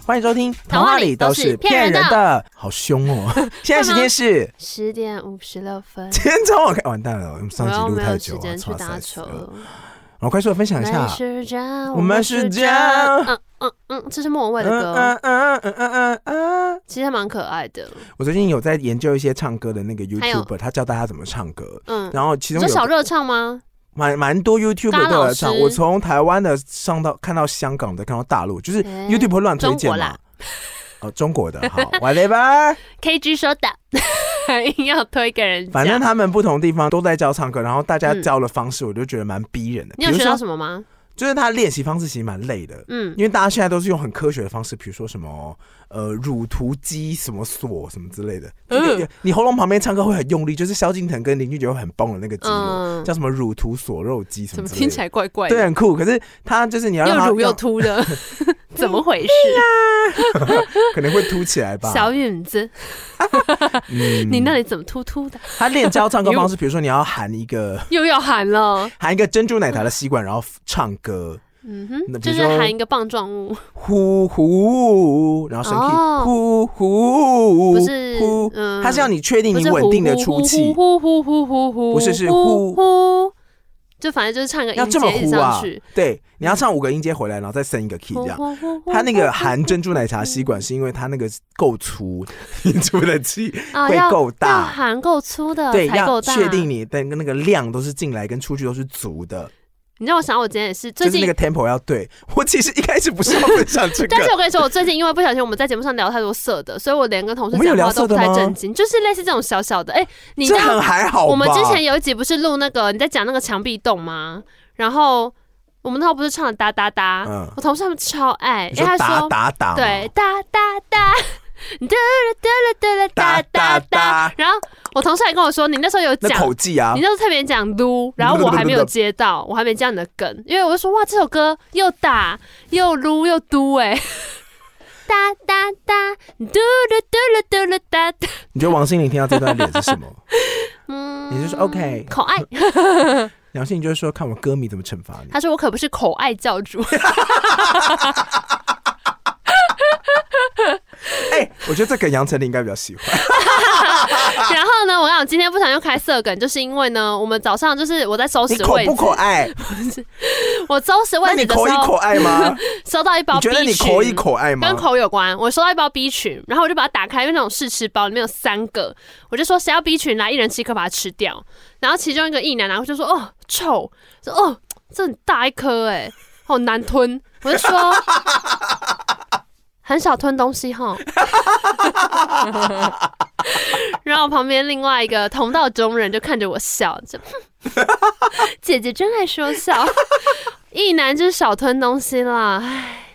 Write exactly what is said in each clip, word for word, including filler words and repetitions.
欢迎收听《童话里都是骗人的》，好凶哦！现在时间是十点五十六分。 今天超好看，完蛋了，我们上集录太久了， 我没有时间去打球了。 我快速的分享一下， 我们是这样，嗯嗯嗯，这是莫文蔚的歌， 嗯嗯嗯嗯嗯嗯， 其实还蛮可爱的。 我最近有在研究一些唱歌的那个 YouTuber， 他教大家怎么唱歌，嗯，然后其中有小热唱吗？ 蛮蛮多 YouTuber 都有唱，我从台湾的上到看到香港的，看到大陆，就是 YouTube 会乱推荐嘛。哦，中国的好 ，whatever。 K G 说的，硬要推给人家。 反正他们不同地方都在教唱歌，然后大家教的方式，我就觉得蛮逼人的。 你有学到什么吗？就是他练习方式其实蛮累的，嗯，因为大家现在都是用很科学的方式，比如说什么呃乳突肌什么锁什么之类的，嗯，你喉咙旁边唱歌会很用力，就是萧敬腾跟林俊杰会很崩的那个肌肉，嗯，叫什么乳突锁肉肌什么之类的， 听起来怪怪的， 对，很酷。可是他就是你要让他又乳又凸的，怎么回事啊？可能会凸起来吧， 小允子，嗯，你那里怎么凸凸的？ 他练教唱歌方式，比如说你要含一个， 又要含了， 含一个珍珠奶茶的吸管，然后唱歌， 嗯哼，就是含一个棒状物， 呼呼，然后声气，呼呼， 不是呼，他是要你确定你稳定的出气， 呼呼呼呼呼， 不是是呼呼， 就反正就是唱个要这么呼啊，对，你要唱五个音阶回来，然后再升一个 key 这样。他那个含珍珠奶茶吸管是因为他那个够粗，你出的气会够大， 要含够粗的， 对，要确定你的那个量都是进来跟出去都是足的。 你让我想，我今天也是最近就是那个 tempo 要对。我其实一开始不是要分享这个， 但是我跟你说，我最近因为不小心我们在节目上聊太多色的，所以我连跟同事讲话都不太正经，就是类似这种小小的。哎、欸，你这很还好吧？ 我们之前有一集不是录那个你在讲那个墙壁洞吗？然后我们那时候不是唱的哒哒哒，嗯、我同事他们超爱，因为他说哒哒哒， 对哒哒哒。哒哒哒哒哒，然后我同事还跟我说，你那时候有讲口技啊， 你那时候特别讲撸，然后我还没有接到，我还没接你的梗，因为我就说哇，这首歌又打又撸又嘟哎，哒哒哒，嘟噜嘟噜嘟噜哒哒。 你觉得王心凌听到这段脸是什么？嗯，你就说 OK， 口爱。 梁心凌就是说，看我歌迷怎么惩罚你。 他说我可不是口爱教主。 哎、欸，我觉得这个杨丞琳应该比较喜欢。 然后呢，我想今天不想又开色梗，就是因为呢，我们早上就是我在收拾位置， 你口不口爱？ 我收拾位置的时候， 那你口一口爱吗？ 收到一包 B 群， 你觉得你口一口爱吗？ 跟口有关。我收到一包 B 群，然后我就把它打开，因为那种试吃包里面有三个，我就说谁要 B 群来，一人吃一颗把它吃掉。然后其中一个异男，然后就说哦臭，说哦这很大一颗哎、欸，好难吞。我就说。很少吞东西哈，然后旁边另外一个同道中人就看着我笑，就姐姐真爱说笑，一男就是少吞东西啦，唉，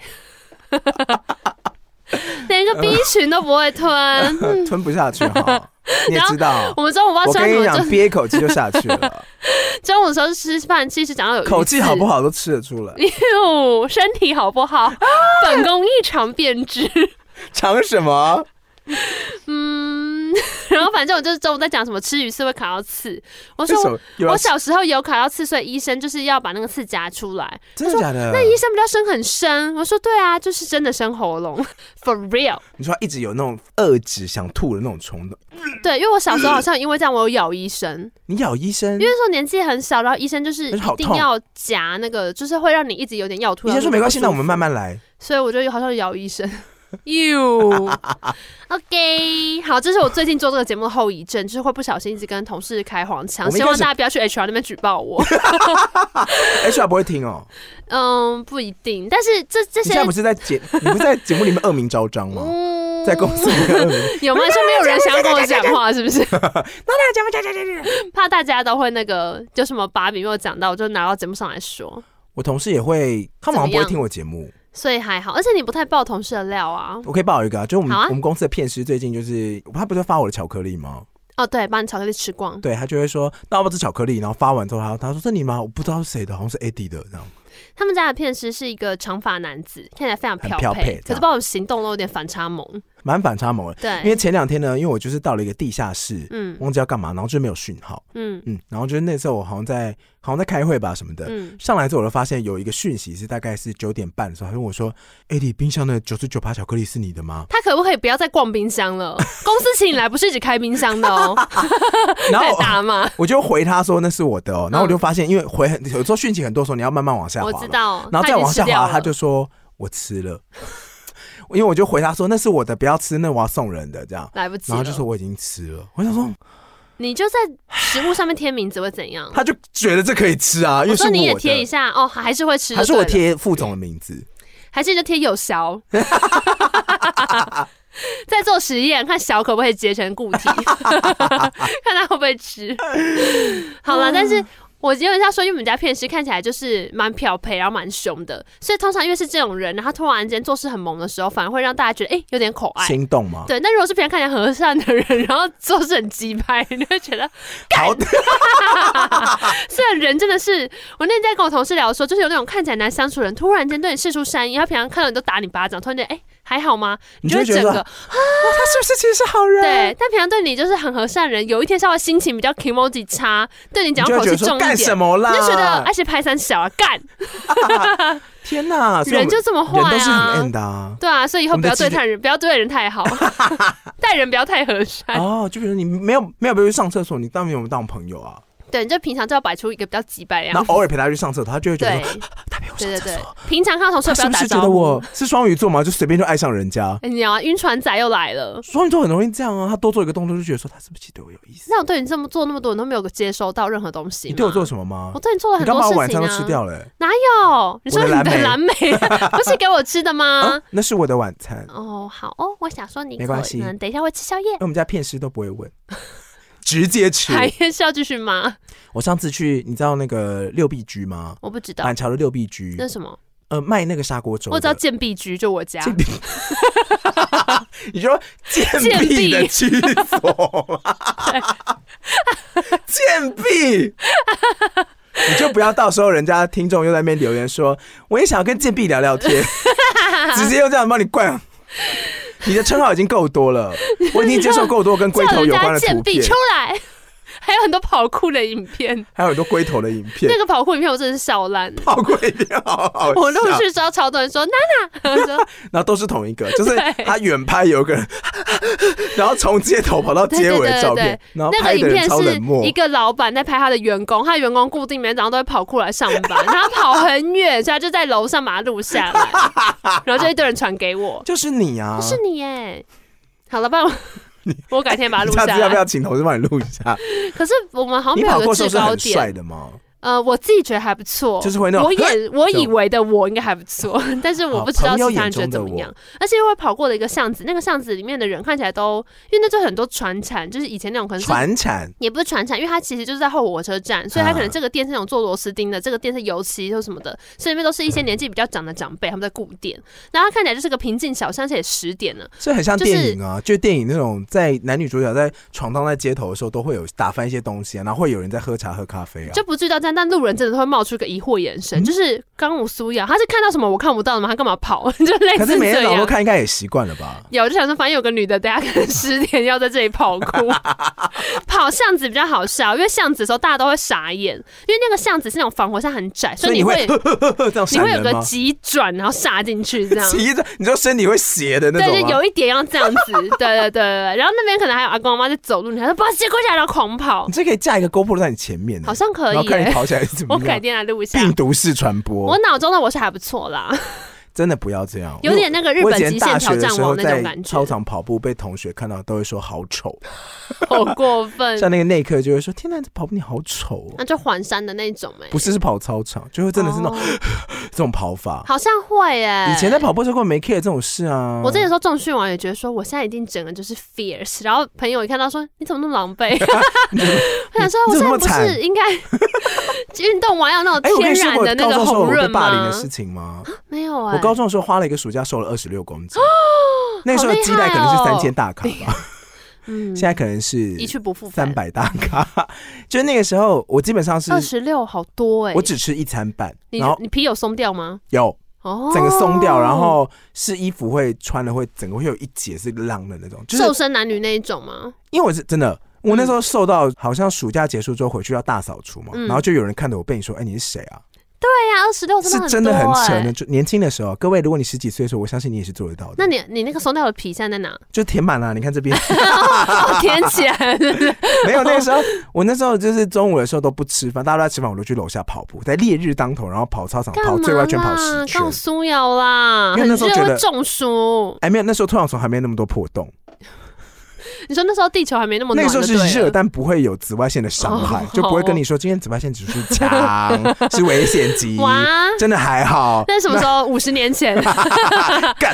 连个 B 群都不会吞， 嗯、吞不下去哈。你也知道， 我们中午不知道吃什么， 我跟你讲，憋一口气就下去了。 中午的时候吃饭，其实讲到有口气好不好都吃得出来。 哟，身体好不好？本宫异常变质。 尝什么？ 嗯，然后反正我就是中午在讲什么吃鱼刺会卡到刺，我说 我, 我小时候有卡到刺，所以医生就是要把那个刺夹出来。 真的假的？ 那医生比较深很深，我说对啊，就是真的生喉咙 ，for real。 你说他一直有那种遏制想吐的那种冲动。 对，因为我小时候好像因为这样，我有咬医生。 你咬医生？ 因为说年纪很小，然后医生就是一定要夹那个，就是会让你一直有点要吐。 医生说没关系，那我们慢慢来。 所以我就好像咬医生。You OK 好，这是我最近做这个节目的后遗症，就是会不小心一直跟同事开黄腔，希望大家不要去 H R 那边举报我。 H R 不会听哦。 嗯，不一定，但是这这些你现在不是在节，你不是在节目里面恶名昭彰吗？嗯、在公司里面恶名有吗？说没有人想要跟我讲话，是不是？ 那那讲讲讲讲讲， 怕大家都会那个就什么把柄没有讲到，我就拿到节目上来说。 我同事也会，他们好像不会听我节目。 所以还好，而且你不太爆同事的料啊。 我可以爆一个啊，就是我们、啊、我们公司的片师最近就是他不是发我的巧克力吗？ 哦，对，把你巧克力吃光。 对，他就会说那要不要吃巧克力？然后发完之后他他说这你吗？我不知道是谁的，好像是 Eddie 的这样。 他们家的片师是一个长发男子，看起来非常漂配，可是不知道行动都有点反差萌。 蛮反差萌的。 对， 因为前两天呢，因为我就是到了一个地下室，嗯，忘记要干嘛，然后就没有讯号，嗯嗯，然后就是那时候我好像在好像在开会吧什么的，嗯，上来之后我就发现有一个讯息是大概是九点半的时候，他问我说 ：“A D 冰箱的九十九趴巧克力是你的吗？” 他可不可以不要再逛冰箱了？公司请你来不是一直开冰箱的哦。 然后打嘛， 我就回他说那是我的哦，然后我就发现，因为回很有时候讯息很多的时候，你要慢慢往下滑， 我知道， 然后再往下滑，他就说我吃了。因为我就回他说那是我的，不要吃，那我要送人的，这样来不及了。 然后就说我已经吃了。我想说， 你就在食物上面贴名字会怎样？ 他就觉得这可以吃啊，因为是我的。 我说你也贴一下哦，还是会吃， 还是我贴副总的名字， 还是就贴有小。在做实验，看小可不可以结成固体，看他会不会吃。好了，但是。我因为他说，因为我们家片师看起来就是蛮漂配，然后蛮凶的，所以通常因为是这种人，然后突然间做事很猛的时候，反而会让大家觉得哎、欸、有点口爱、 心动吗？ 对，但如果是平常看起来和善的人，然后做事很鸡掰，你会觉得好。 虽然人真的是，我那天在跟我同事聊说，就是有那种看起来难相处的人，突然间对你释出善意，他平常看到你都打你巴掌，突然间哎。欸还好吗？你就会整个啊，他是不是其实是好人？ 对，但平常对你就是很和善人，有一天稍微心情比较 emoji 差，对你讲口气重一点， 干什么啦？ 你就觉得而且拍三小啊，干！ 天哪， 人就这么坏啊， 人都是很 end 的啊。 对啊，所以以后不要对待人，不要对人太好，待人不要太和善。 哦，就比如你没有没有陪我去上厕所，你当然有没有当朋友啊？ 对，你就平常就要摆出一个比较急掰的样子， 然后偶尔陪他去上厕所，他就会觉得说他陪我上厕所。 对对对，平常看到同事不要打招呼。 他是不是觉得我是双鱼座嘛？就随便就爱上人家。 哎、欸，你啊，晕船仔又来了。 双鱼座很容易这样啊，他多做一个动作就觉得说他是不是对我有意思？ 那我对你这么做那么多，你都没有接收到任何东西。 你对我做什么吗？ 我对你做了很多事情、啊。 你刚把我晚餐都吃掉了、欸？ 哪有？你说你的蓝莓不是给我吃的吗、 啊？那是我的晚餐。 哦，好哦，我想说你没关系， 等一下会吃宵夜。 因为我们家片师都不会问。直接吃， 还是要继续吗？ 我上次去，你知道那个六必居吗？ 我不知道。 板桥的六必居， 那是什么？ 呃，卖那个砂锅粥。 我知道健必居，就我家。 健必，你说健必的居所吗？健必，你就不要到时候人家听众又在那边留言说，我也想要跟健必聊聊天，直接又这样帮你灌。你的称号已经够多了，我已经接受够多跟龟头有关的图片。 出来，还有很多跑酷的影片， 还有很多龟头的影片。 那个跑酷影片我真的是笑烂。 跑酷影片好好笑。 我陆续收到超多人说娜娜， 然后都是同一个，就是他远拍有个人，然后从街头跑到街尾的照片，然后拍的人超冷漠。 那个影片是一个老板在拍他的员工，他的员工固定每天早上都会跑酷来上班，然后他跑很远，所以他就在楼上把它录下来，然后就一堆人传给我， 就是你啊， 是你耶。好了，不然我我改天把它录下来。 下次要不要请同事帮你录一下？ 可是我们好像没有个制高点。 帅的吗？ 呃，我自己觉得还不错， 就是会那种我也我以为的我应该还不错，但是我不知道其他人觉得怎么样。而且因为跑过的一个巷子，那个巷子里面的人看起来都，因为那就很多传产，就是以前那种可能是传产， 也不是传产，因为它其实就是在后火车站，所以它可能这个店是那种做螺丝钉的，这个店是油漆或什么的，所以里面都是一些年纪比较长的长辈他们在顾店，然后它看起来就是个平静小巷，而且也十点了， 所以很像电影啊，就是、就电影那种在男女主角在闯荡在街头的时候，都会有打翻一些东西啊，然后会有人在喝茶喝咖啡啊， 就不至于到这样，但路人真的会冒出一个疑惑眼神，嗯、就是刚刚我苏雅，他是看到什么我看不到的吗？他干嘛跑？就类似这样。 可是每天早上都看，应该也习惯了吧？ 有，就想说，反正有个女的，等下可能十点要在这里跑酷，跑巷子比较好笑，因为巷子的时候大家都会傻眼，因为那个巷子是那种防火巷很窄，所以你会呵呵呵这样你会有个急转，然后杀进去这样。 急转，你说身体会斜的那种吗？ 对，就有一点要这样子。对对对对，然后那边可能还有阿公阿妈在走路，你还说把接过去，然后狂跑。 你这可以架一个 GoPro 在你前面， 好像可以、欸。 然后看你跑起来是怎么样。 我改天来录一下。 病毒式传播， 我脑中的我是还不错啦。 真的不要这样， 有点那个日本极限挑战王那种感觉。 操场跑步被同学看到都会说好丑， 好过分。 像那个内科就会说：“天哪，这跑步你好丑、哦。” 那就环山的那种哎、欸， 不是是跑操场，就会真的是那种、哦、这种跑法， 好像会哎、欸。 以前在跑步的时候没 care 这种事啊。 我之前说重训完也觉得说，我现在一定整个就是 fierce， 然后朋友一看到说你怎么那么狼狈，我想说我现在不是应该运动完要那种天然的那个红润吗？ 霸凌的事情吗？ 没有哎、欸， 我高中的时候花了一个暑假瘦了二十六公斤，那个时候的基代可能是三千大卡吧。嗯，现在可能是一去不复返三百大卡，就是那个时候我基本上是二十六，好多哎、欸！ 我只吃一餐半， 你然后你皮有松掉吗？ 有， 哦， 整个松掉，然后是衣服会穿的会整个会有一截是浪的那种，就是瘦身男女那一种吗？ 因为我是真的。我那时候瘦到好像暑假结束之后回去要大扫除嘛，嗯、然后就有人看着我背影说：“哎、欸，你是谁啊？” 对呀、啊，二十六真的很多、欸、 是真的很扯的。就年轻的时候，各位，如果你十几岁的时候，我相信你也是做得到的。 那你你那个松掉的皮现在在哪？ 就填满了，你看这边， 哦、填起来了是不是？ 没有，那个时候我那时候就是中午的时候都不吃饭，大家都在吃饭，我就去楼下跑步，在烈日当头，然后跑操场，跑最外圈跑十圈， 刚苏瑶啦， 因为那时候觉得会中暑。 哎，没有，那时候脱氧层还没那么多破洞。 你说那时候地球还没那么暖， 那个时候是热，但不会有紫外线的伤害，哦、就不会跟你说今天紫外线指数强，是危险级。哇，真的还好。 那是什么时候？五十年前。 干。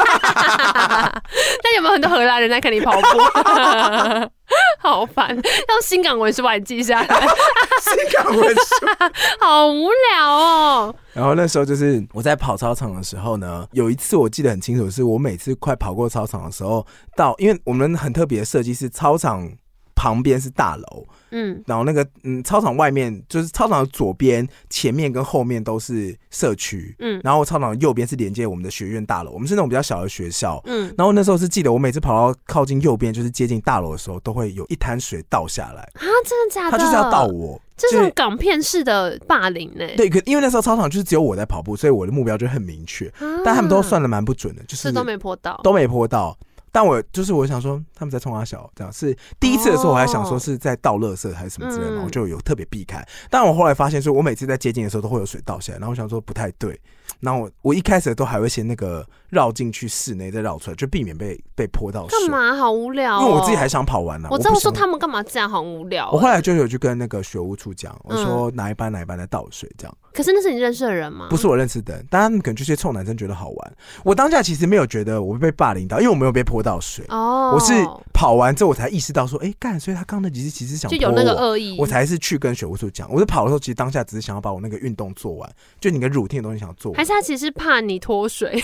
那有没有很多荷兰人在看你跑步？好烦，用新港文书把你记下来。 新港文书， 好无聊哦。 然后那时候就是我在跑操场的时候呢，有一次我记得很清楚，是我每次快跑过操场的时候，到因为我们很特别的设计是操场旁边是大楼，嗯，然后那个嗯操场外面就是操场的左边、前面跟后面都是社区，嗯，然后操场的右边是连接我们的学院大楼，我们是那种比较小的学校，嗯，然后那时候是记得我每次跑到靠近右边，就是接近大楼的时候，都会有一滩水倒下来啊，真的假的？ 他就是要倒我。 这是港片式的霸凌呢、欸。 对，可因为那时候操场就是只有我在跑步，所以我的目标就很明确、啊。但他们都算的蛮不准的，就是都没泼到， 都没泼到。但我就是我想说他们在冲阿小这样，是第一次的时候我还想说是在倒垃圾还是什么之类的，然后、哦、就有特别避开。但我后来发现说，我每次在接近的时候都会有水倒下来，然后我想说不太对。然后我我一开始都还会先那个绕进去室内，再绕出来，就避免被被泼到水。 干嘛？好无聊、哦。 因为我自己还想跑完呢、啊。 我知道说他们干嘛这样，好无聊、欸。 我后来就有去跟那个学务处讲，我说哪一班哪一班在倒水这样。 可是那是你认识的人吗？ 不是我认识的人，但他们可能就是臭男生觉得好玩。我当下其实没有觉得我被霸凌到，因为我没有被泼到水。哦，我是跑完之后我才意识到说，哎、欸，干，所以他刚刚那几次其实想泼我， 就有那个恶意， 我才是去跟学务处讲。我在跑的时候，其实当下只是想要把我那个运动做完，就你个 routine 的东西想做完。 还是他其实怕你脱水。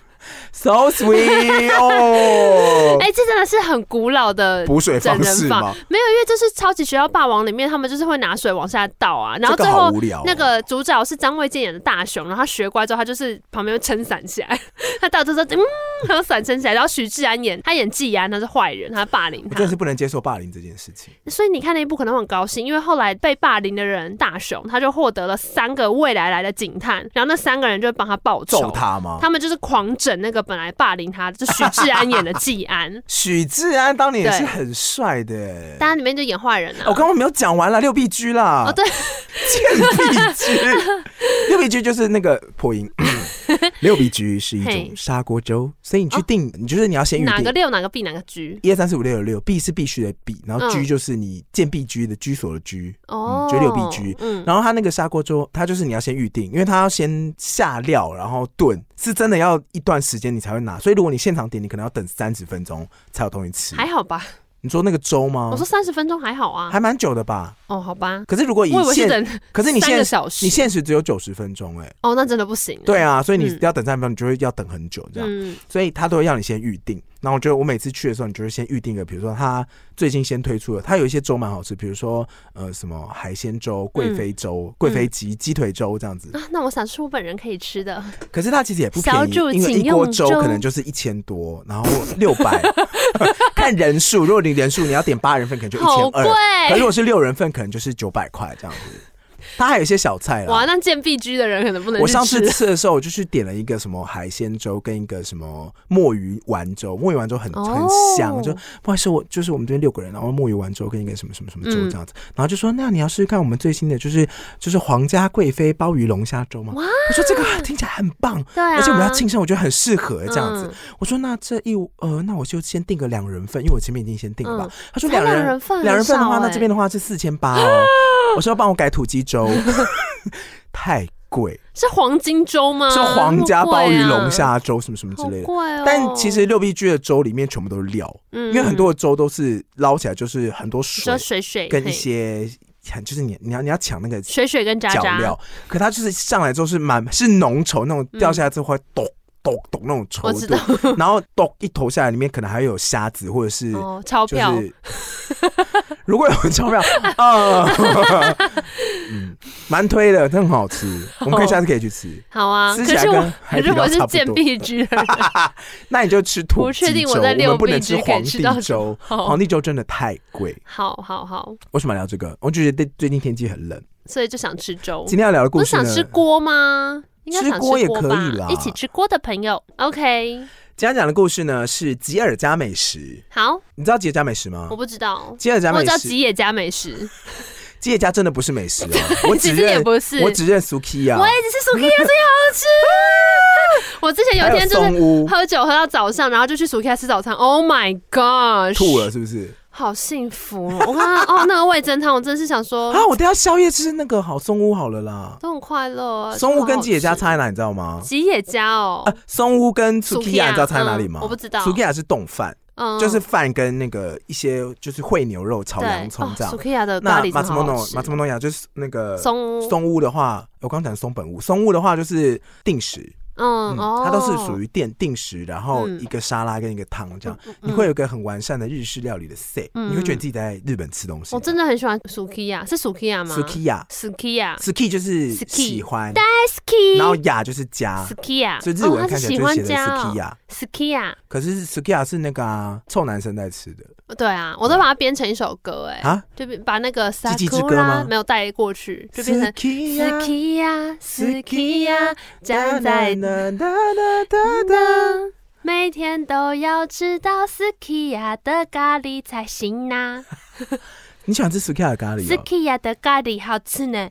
So sweet 哦！ 哎、欸，这真的是很古老的补水方式吗？ 没有，因为这是超级学校霸王里面，他们就是会拿水往下倒啊。然后最后、 这个哦、 那个主角是张卫健演的大雄，然后他学乖之后，他就是旁边会撑伞起来，他倒之后嗯，然后伞撑起来。然后许志安演他演季安，他是坏人，他霸凌他。 我真的是不能接受霸凌这件事情。 所以你看那一部可能很高兴，因为后来被霸凌的人大雄，他就获得了三个未来来的警探，然后那三个人就会帮他报仇。 揍他吗？ 他们就是狂整那个本来霸凌他，就许志安演的季安。 许志安当年也是很帅的， 但他里面就演坏人啊。 我刚刚没有讲完了，六必居啦。 哦，对， 贱必居，六必居就是那个破音。六必居是一种砂锅粥，所以你去订，你就是你要先预定哪个六哪个必哪个居， 一二三四五六的六，必是必须的必，然后居就是你建必居的居所的居，哦，就六必居。嗯，然后它那个砂锅粥，它就是你要先预定，因为它要先下料，然后炖，是真的要一段时间你才会拿，所以如果你现场点，你可能要等三十分钟才有东西吃。 还好吧？ 你说那个粥吗？ 我说三十分钟还好啊， 还蛮久的吧？ 哦，好吧。 可是如果以现，可是你现你现实只有九十分钟哎。 哦，那真的不行。 对啊，所以你要等三十分钟，你就会要等很久这样。嗯，所以他都会让你先预定。然后我觉得我每次去的时候，你就会先预定个，比如说他最近先推出了，他有一些粥蛮好吃，比如说呃什么海鲜粥、贵妃粥、贵妃鸡、鸡腿粥这样子。 啊，那我想是我本人可以吃的。 可是它其实也不便宜，因为一锅粥可能就是一千多，然后六百，看人数。如果你人数你要点八人份，可能就一千二；可如果是六人份，可能就是九百块这样子。它还有一些小菜啦。 哇，那健必居的人可能不能去吃。 我上次吃的时候，我就去点了一个什么海鲜粥，跟一个什么墨鱼丸粥。墨鱼丸粥很、哦、很香，就不好意思，我就是我们这边六个人，然后墨鱼丸粥跟一个什么什么什么粥这样子，嗯、然后就说那你要试试看我们最新的就是就是皇家贵妃鲍鱼龙虾粥吗？我说这个听起来很棒， 对、啊， 而且我们要庆生，我觉得很适合这样子。嗯、我说那这一呃，那我就先订个两人份，因为我前面已经先订了吧。嗯、他说两人两人份两人份的话，那这边的话是四千八哦。我说要帮我改土鸡粥。太贵， 是黄金粥吗？ 是皇家鲍鱼龙虾粥什么什么之类的， 贵哦。 但其实六必居的粥里面全部都是料，嗯、因为很多的粥都是捞起来就是很多水， 水水跟一些就是你你要你要抢那个水水跟渣渣料，可它就是上来之后是蛮是浓稠那种，掉下来之后会咚。抖抖那种稠度，然后抖一投下来，里面可能还有虾子或者是、 哦、钞票。 如果有钞票，呃、嗯， 蛮推的，很好吃，我们可以下次可以去吃。 好啊， 吃起来跟海底捞差不多。 可是我是健必居的人， 那你就吃土鸡粥。 不确定我在六必居可以吃到皇帝粥，皇帝粥真的太贵。 好好好， 为什么聊这个？我就觉得最近天气很冷， 所以就想吃粥。 今天要聊的故事呢， 不是想吃锅吗？应该想吃锅也可以啦， 一起吃锅的朋友 ，OK。 今天讲的故事呢是吉尔家美食。 好， 你知道吉尔家美食吗？ 我不知道。 吉尔家美食， 我知道吉野家美食。 吉野家真的不是美食哦，我只认其实也不是， 我只认 Sukiya。 我也只是 Sukiya 最好吃。我之前有一天就是喝酒喝到早上，然后就去 Sukiya 吃早餐。Oh my gosh！ 吐了是不是？ 好幸福哦！我看到哦，那个味噌汤，我真的是想说啊，我等一下宵夜吃那个好松屋好了啦， 都很快乐啊。 松屋跟吉野家差在哪，你知道吗？ 吉野家哦， 啊，松屋跟 Sukiya 你知道差在哪里吗？ 嗯、我不知道。 Sukiya 是冻饭。嗯、就是饭跟那个一些就是烩牛肉炒洋葱这样。 哦、Sukiya 的咖喱那马真好吃。 马马马就是那个松屋。 松屋的话，我刚讲松本屋，松屋的话就是定时。嗯, 嗯，哦，它都是属于定定时，然后一个沙拉跟一个汤这样，嗯嗯、你会有一个很完善的日式料理的 set，、嗯、你会觉得自己在日本吃东西。 我真的很喜欢 Sukiya， 是 Sukiya 吗 ？Sukiya，Sukiya，Suki 就是喜欢， 大好き， 然后雅就是家 ，Sukiya， 所以日文看起来就写的 Sukiya，Sukiya，、哦、 可是 Sukiya 是那个啊臭男生在吃的。 对啊，我都把它编成一首歌哎、欸，啊，就把那个 Sakura 没有带过去，就变成 Sukiya Sukiya 站在那那那，每天都要吃到 Sukiya 的咖喱才行呐、啊。 你喜欢吃 Sukiya 的咖喱、哦、 ？Sukiya 的咖喱好吃呢。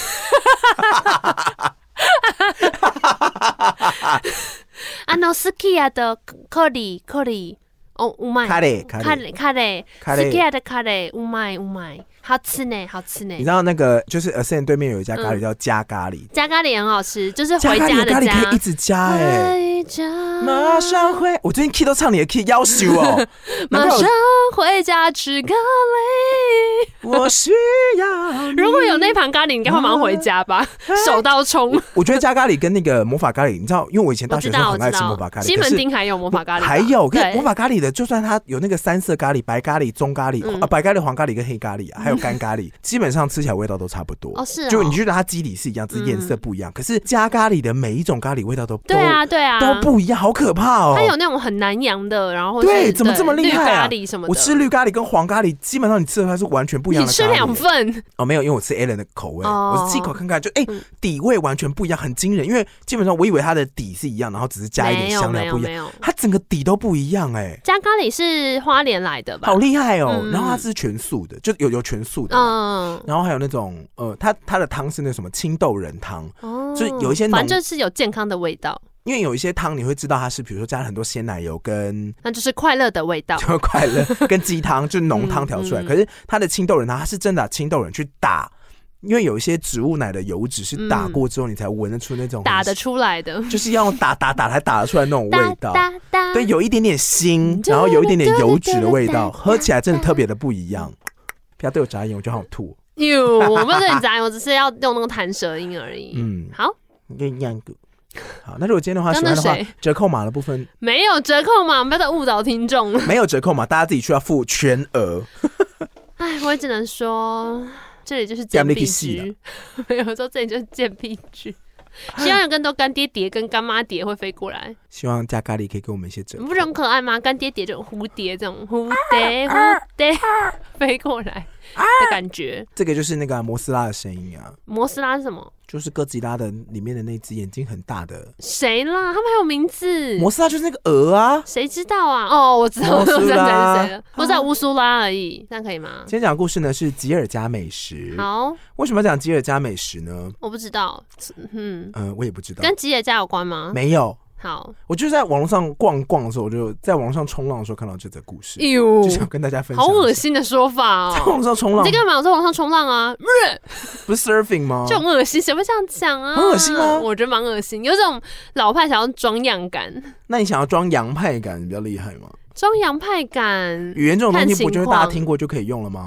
あの Sukiya 的咖喱咖喱。哦，うまい。 カレーカレーカレー。Sukiya 的カレーうまいうまい。好吃呢，好吃呢。 你知道那个就是 Ascend 对面有一家咖喱叫加咖喱， 加咖喱也很好吃，就是回家的加。加咖喱可以一直加哎、欸，马上回。我最近 key 都唱你的 key， 要求哦。 马上回家吃咖喱， 我需要。 如果有那盘咖喱，应该会马上回家吧？手刀冲。 我觉得加咖喱跟那个魔法咖喱，你知道，因为我以前大学的时候很爱吃魔法咖喱， 西门町还有魔法咖喱， 还有魔法咖喱的，就算它有那个三色咖喱、白咖喱、棕咖喱、嗯啊、白咖喱、黄咖喱跟黑咖喱、啊，还有干咖喱，基本上吃起来味道都差不多。 哦，是哦， 就你觉得它基底是一样，只是颜色不一样。嗯、可是加咖喱的每一种咖喱味道都对啊对啊都不一样，好可怕哦！ 它有那种很南洋的，然后对，怎么这么厉害啊？ 绿咖喱什么的， 我吃绿咖喱跟黄咖喱，基本上你吃的它是完全不一样的咖喱。 你吃两份哦，没有，因为我吃 Alan 的口味，哦、我是吃一口看看，就哎、欸嗯、底味完全不一样，很惊人。因为基本上我以为它的底是一样，然后只是加一点香料不一样，它整个底都不一样哎、欸。 加咖喱是花莲来的吧？ 好厉害哦！嗯、然后它是全素的，就有有全素的，嗯，然后还有那种呃，它它的汤是那什么青豆仁汤，哦，就是有一些反正就是有健康的味道。 因为有一些汤你会知道它是比如说加了很多鲜奶油跟， 那就是快乐的味道， 就快乐跟鸡汤就是浓汤调出来。嗯嗯、可是它的青豆仁汤，它是真的把青豆仁去打。因为有一些植物奶的油脂是打过之后，你才闻得出那种打得出来的， 就是要打打打才打得出来那种味道。对，有一点点腥，然后有一点点油脂的味道，喝起来真的特别的不一样。不要对我眨眼，我觉得好吐。 哟，我没有对你眨眼，我只是要用那个弹舌音而已。嗯，好， 跟你样个。好，那如果今天的话喜欢的话，折扣码的部分没有折扣码，不要再误导听众。 没有折扣码，大家自己需要付全额。 哎，我也只能说。这里就是健必居，没有说这里就是健必居。希望有更多干爹蝶跟干妈蝶会飞过来。 希望加咖喱可以给我们一些折扣。 你不是很可爱吗？干爹蝶这种蝴蝶，这种蝴蝶蝴蝶飞过来的感觉。 这个就是那个、啊、摩斯拉的声音啊。 摩斯拉是什么？ 就是哥吉拉的里面的那只眼睛很大的。 谁啦？他们还有名字。 摩斯拉就是那个鹅啊。 谁知道啊？哦，我知道，我知道谁是谁了。我知道乌苏拉而已，这样可以吗？ 今天讲的故事呢是吉尔家美食。 好， 为什么要讲吉尔家美食呢？ 我不知道。嗯， 呃，我也不知道。 跟吉尔家有关吗？ 没有。 好， 我就在网络上逛逛的时候，我就在网络上冲浪的时候看到这则故事，就想跟大家分享。 好恶心的说法哦！ 在网上冲浪， 你在干嘛？我在网上冲浪啊！ 不是 surfing 吗？ 就很恶心，谁会这样讲啊？ 很恶心吗？ 我觉得蛮恶心，有种老派想要装样感。 那你想要装洋派感比较厉害吗？ 装洋派感， 语言这种东西不就是大家听过就可以用了吗？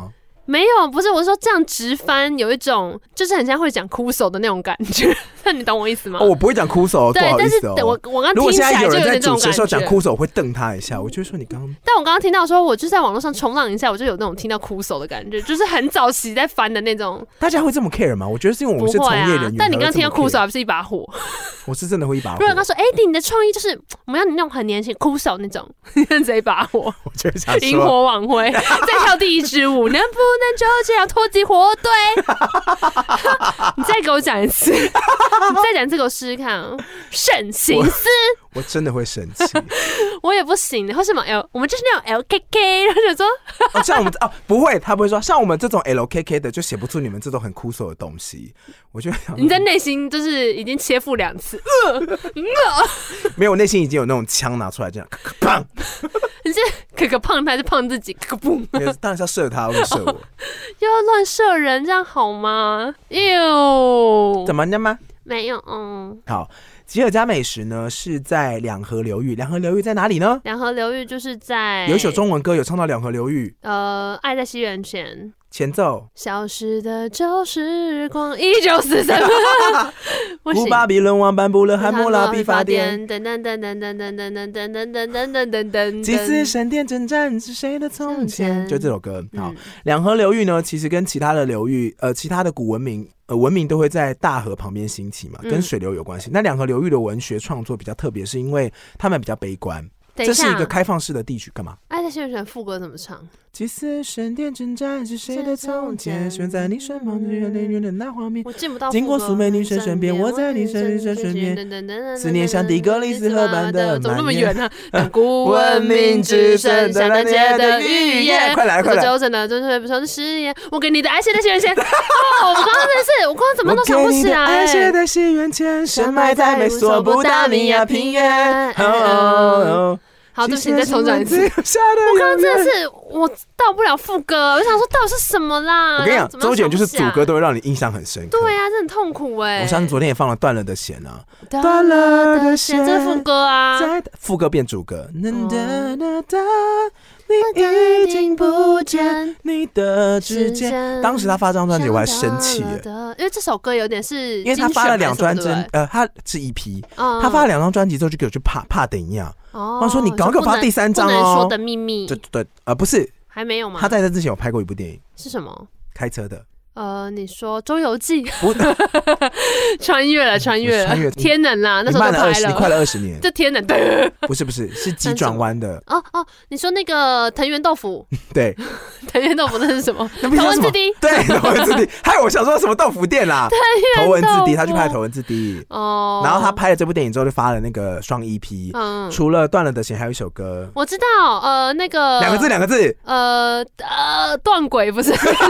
没有，不是，我说这样直翻有一种就是很像会讲哭手的那种感觉，那你懂我意思吗？ 哦，我不会讲哭手， 对， 不好意思哦。 但是我我刚如果现在有人在主持的时候讲哭手，我会瞪他一下，我就会说你刚刚。 但我刚刚听到说，我就在网络上冲浪一下，我就有那种听到哭手的感觉，就是很早期在翻的那种。 大家会这么 care 吗？我觉得是因为我们是从业人员、啊。 但你刚刚听到哭手还不是一把火？ 我是真的会一把火。 如果他说：“哎、欸，你的创意就是我们要你那种很年轻哭手那种，直接一把火。” 我就想说， 萤火晚会再跳第一支舞，能不能就这样脱离火堆？你再给我讲一次，你再讲一次给我试试看。慎行思， 我真的会生气。 我也不行，为什么 L？ 我们就是那种 L K K， 然后就说， 哦，像我们哦不会，他不会说像我们这种 L K K 的就写不出你们这种很酷手的东西。我觉得你在内心就是已经切腹两次，呃呃、没有，内心已经有那种枪拿出来这样，咔咔砰。 你是可可胖他还是胖自己？咔嘣！ 当然是要射他，不是射我。 又要乱射人，这样好吗？哟， 怎么样吗？ 没有，嗯。 好，吉尔加美什呢是在两河流域，两河流域在哪里呢？ 两河流域就是在有一首中文歌有唱到两河流域， 呃，爱在西元前。 前奏， 消失的旧时光，一九四三。 古巴比伦王颁布了汉谟拉比法典， 噔噔噔噔噔噔噔噔噔噔噔噔噔噔噔。 祭祀神殿征战是谁的从前？就这首歌。好，两河流域呢，其实跟其他的流域，呃，其他的古文明。呃，文明都会在大河旁边兴起嘛，跟水流有关系。嗯、那两河流域的文学创作比较特别，是因为他们比较悲观。这是一个开放式的地区，干嘛？ 爱在西元前副歌怎么唱？ 祭祀神殿征战是谁的从前？选在你身旁远远远的那画面。 我进不到。 经过苏美女神身边，我在你身身身边。思念像底格里斯河般的蔓延。 怎么那么远呢？古文明之神，像那界的语言。 快来快来！ 纠正的就是不是誓言。我给你的爱写在西元前。哦，我刚刚真是，我刚刚怎么都想不起来。 爱写在西元前，深埋在美索不达米亚平原。 好，对不起，你再重讲一次。我刚刚真的是我到不了副歌，我想说到底是什么啦？ 我跟你讲，周杰伦就是主歌都会让你印象很深刻。 对啊，这很痛苦哎、欸。 我相信昨天也放了断了的弦啊， 断了的弦，这是副歌啊， 副歌变主歌。 哦你已经不见你的指尖。当时他发这张专辑，我还生气耶， 因为这首歌有点是， 因为他发了两张专，呃，他是 E P，、嗯、他发了两张专辑之后就给我去怕怕等一样。哦，他说你赶快给我发第三张哦， 不能说的秘密。 对对，呃，不是， 还没有吗？ 他在这之前有拍过一部电影， 是什么？ 开车的。 呃，你说《周游记》穿越了，穿越了， 穿越天能啦，那时候都拍了， 你快了二十年， 这天能对， 不是不是是急转弯的哦哦，你说那个藤原豆腐， 对， 藤原豆腐那是什么？头文字 D， 对，头文字 D， 害我想说什么豆腐店啦，头文字 D， 他去拍头文字 D， 哦，然后他拍了这部电影之后就发了那个双 E P， 嗯，除了断了的弦，还有一首歌， 我知道，呃，那个两个字两个字， 呃呃，断轨不是。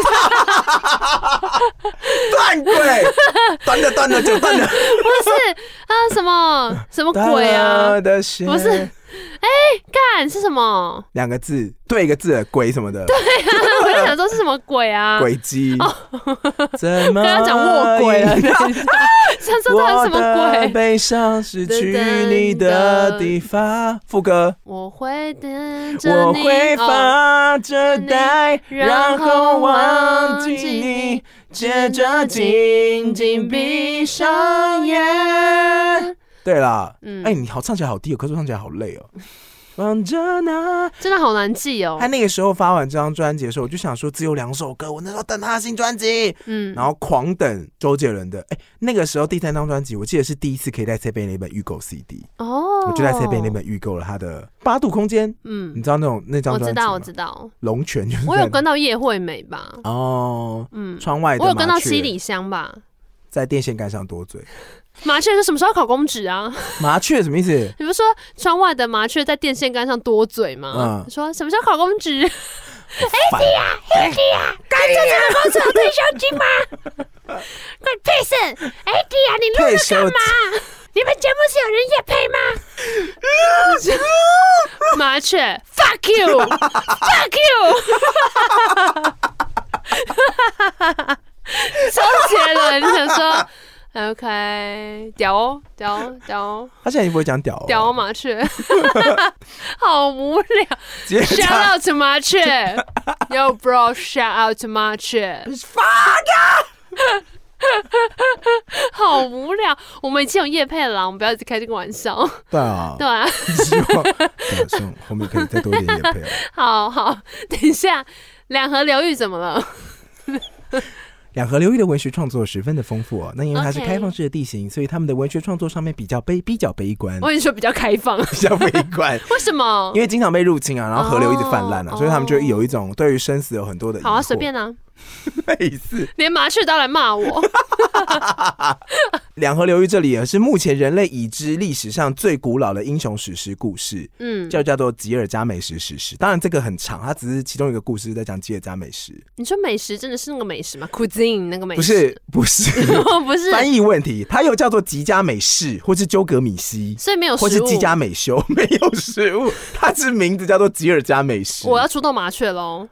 断轨，断了断了就断了，不是啊，什么什么鬼啊？不是，哎、欸，干是什么？ 两个字，对一个字，鬼什么的。 对啊，我就想说是什么鬼啊？ 轨迹。哦，怎么？ 跟他讲卧轨了，想说他是什么鬼？ 悲伤失去你的地方。副歌。 我会等着你， 我会发着呆，然后忘记你。接着紧紧闭上眼。对啦，哎、嗯欸，你好，唱起来好低哦，可是唱起来好累哦。放着呢， 真的好难记哦。 他那个时候发完这张专辑的时候，我就想说只有两首歌，我那时候等他的新专辑，嗯，然后狂等周杰伦的。哎、欸，那个时候第三张专辑，我记得是第一次可以在 C 杯那本预购 C D 哦，我就在 C 杯那本预购了他的《八度空间》。嗯，你知道那种那张专辑吗？ 我知道，我知道。 龙泉就是。 我有跟到叶惠美吧？ 哦，嗯，窗外的麻雀。 我有跟到七里香吧？ 在电线杆上多嘴。 麻雀是什么时候考公职啊？ 麻雀什么意思？ 你不是说窗外的麻雀在电线杆上多嘴吗？嗯，说什么时候考公职 ？A D 啊 ，A D 啊，干这这个公司有退休金吗？快屁事 ！A D 啊，你录了干嘛？你们节目是有人业配吗？麻雀 ，fuck you，fuck you，周杰伦，你想说？ OK， 屌哦，屌哦，屌哦。 他现在已经不会讲屌了。 屌麻雀，好无聊。Shout out to 麻雀 ，Yo bro, shout out to 麻雀。Fuck！ 好无聊。我们已经有业配了啦，我们不要一直开这个玩笑。 对啊， 对啊。 希望对，希望后面可以再多一点业配。 好好，等一下，两河流域怎么了？ 两河流域的文学创作十分的丰富哦，那因为它是开放式的地形， okay. 所以他们的文学创作上面比较悲比较悲观。 我跟你说比较开放， 比较悲观。 为什么？ 因为经常被入侵啊，然后河流一直泛滥啊， oh, 所以他们就有一种对于生死有很多的疑惑。 好啊，随便啊。 类似， 连麻雀都来骂我。 两河流域这里是目前人类已知历史上最古老的英雄史诗故事，嗯，叫叫做吉尔加美什史诗。当然这个很长，它只是其中一个故事在讲吉尔加美什。你说美食真的是那个美食吗 ？Cuisine 那个美食？ 不是，不是， 不是翻译问题。它又叫做吉加美式，或是鸠格米西， 所以没有食物， 或是吉加美修，没有食物。它是名字叫做吉尔加美什。 我要出动麻雀喽！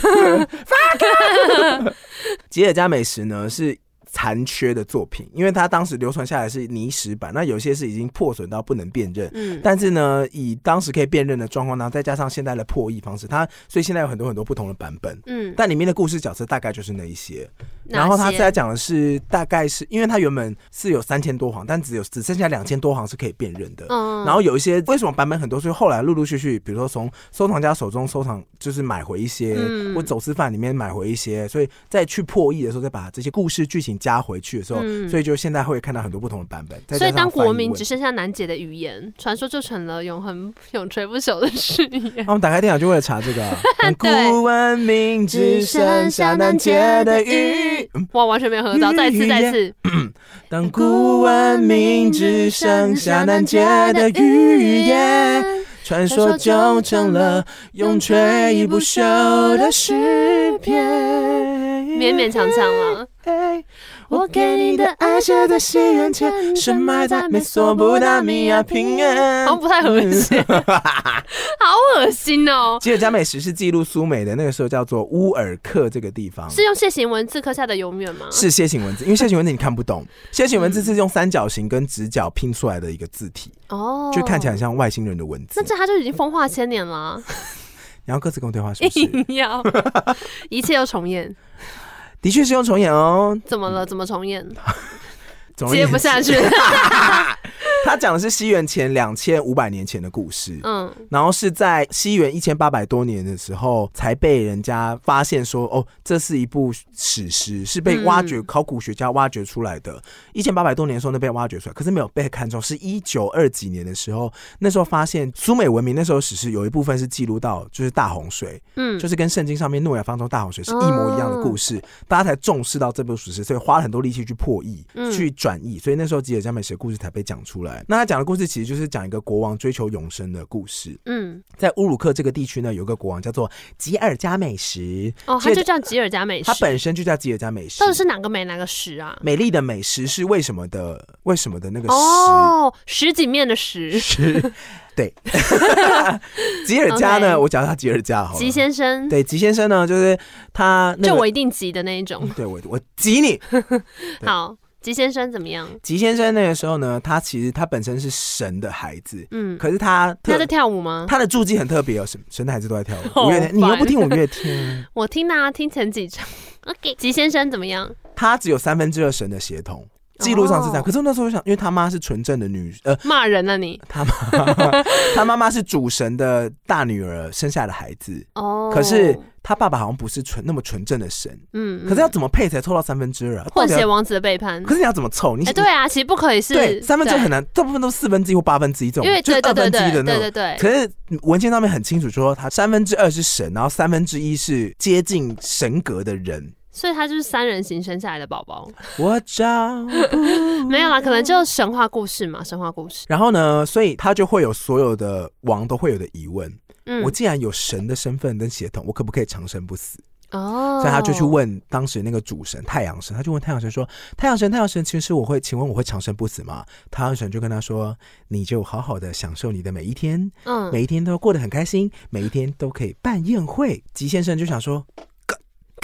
吉尔加美什呢是残缺的作品，因为它当时流传下来是泥石版，那有些是已经破损到不能辨认，嗯，但是呢以当时可以辨认的状况，然后再加上现在的破译方式，它所以现在有很多很多不同的版本，嗯，但里面的故事角色大概就是那一些。然后他在讲的是大概是因为它原本是有三千多行，但只有只剩下两千多行是可以辨认的，嗯，然后有一些为什么版本很多，所以后来陆陆续续比如说从收藏家手中收藏就是买回一些，嗯，或走私犯里面买回一些，所以再去破译的时候再把这些故事剧情加回去的时候，嗯，所以就现在会看到很多不同的版本。 所以当国民只剩下难解的语言，传说就成了永恒永垂不朽的誓言。 我们打开电脑就为了查这个，啊，当古文明只剩下难解的语。 哇，完全没有喝到，再次再次。 当古文明只剩下难解的语言，传说就成了永垂不朽的诗篇。 勉勉强强了。 我给你的爱写在西元前，深埋在美索不达米亚平原。 好像不太和谐，好恶心哦。 吉尔加美什是记录苏美的那个时候叫做乌尔克这个地方， 是用楔形文字刻下的永远吗？ 是楔形文字，因为楔形文字你看不懂，楔形文字是用三角形跟直角拼出来的一个字体，哦，就看起来很像外星人的文字。 那这它就已经风化千年了，啊。 你要各自跟我对话是不是？ 要，一切又重演。 的确是用重演哦。 怎么了？怎么重演？接不下去。 他讲的是西元前两千五百年前的故事，嗯，然后是在西元一千八百多年的时候才被人家发现说，哦，这是一部史诗，是被挖掘，嗯，考古学家挖掘出来的。一千八百多年的时候，那被挖掘出来，可是没有被看中。是一九二几年的时候，那时候发现苏美文明那时候史诗有一部分是记录到，就是大洪水，嗯，就是跟圣经上面诺亚方舟大洪水是一模一样的故事，哦，大家才重视到这部史诗，所以花了很多力气去破译，嗯，去转译，所以那时候吉尔加美什的故事才被讲出来。那他讲的故事其实就是讲一个国王追求永生的故事。嗯，在乌鲁克这个地区呢，有个国王叫做吉尔加美什。 哦，他就叫吉尔加美什， 他本身就叫吉尔加美什。 到底是哪个美哪个什啊？ 美丽的美，什是为什么的为什么的那个什。 哦，什锦面的什。 是，对。吉尔加呢， okay, 我讲他吉尔加好了。 吉先生。 对，吉先生呢，就是他，那個， 就我一定吉的那一种。 对，我我吉你。 好。吉先生怎么样？ 吉先生那个时候呢，他其实他本身是神的孩子，嗯，可是他他在跳舞吗？ 他的注记很特别哦，神神的孩子都在跳舞。五月天，你又不听五月天？ 我听啊，听前几场。OK， 吉先生怎么样？ 他只有三分之二神的血统，记录上是这样。哦，可是那时候我想，因为他妈是纯正的女，呃， 骂人啊你！ 他妈他妈妈是主神的大女儿生下的孩子，哦，可是。他爸爸好像不是纯那么纯正的神，嗯，可是要怎么配才凑到三分之二啊？ 混血王子的背叛。 可是你要怎么凑？你、 欸、对啊，其实不可以是对三分之二很难，大部分都是四分之一或八分之一这种， 因为就是二分之一的那种。 对对 对, 对, 对, 对, 对, 对, 对, 对, 对, 对。 可是文件上面很清楚说，他三分之二是神，然后三分之一是接近神格的人。 所以他就是三人行生下来的宝宝。 我找没有啦，可能就神话故事嘛，神话故事。 然后呢，所以他就会有所有的王都会有的疑问。嗯，我既然有神的身份跟血统，我可不可以长生不死？哦，所以他就去问当时那个主神太阳神，他就问太阳神说：“太阳神，太阳神，其实我会，请问我会长生不死吗？”太阳神就跟他说：“你就好好的享受你的每一天，嗯，每一天都过得很开心，每一天都可以办宴会。”吉先生就想说：“干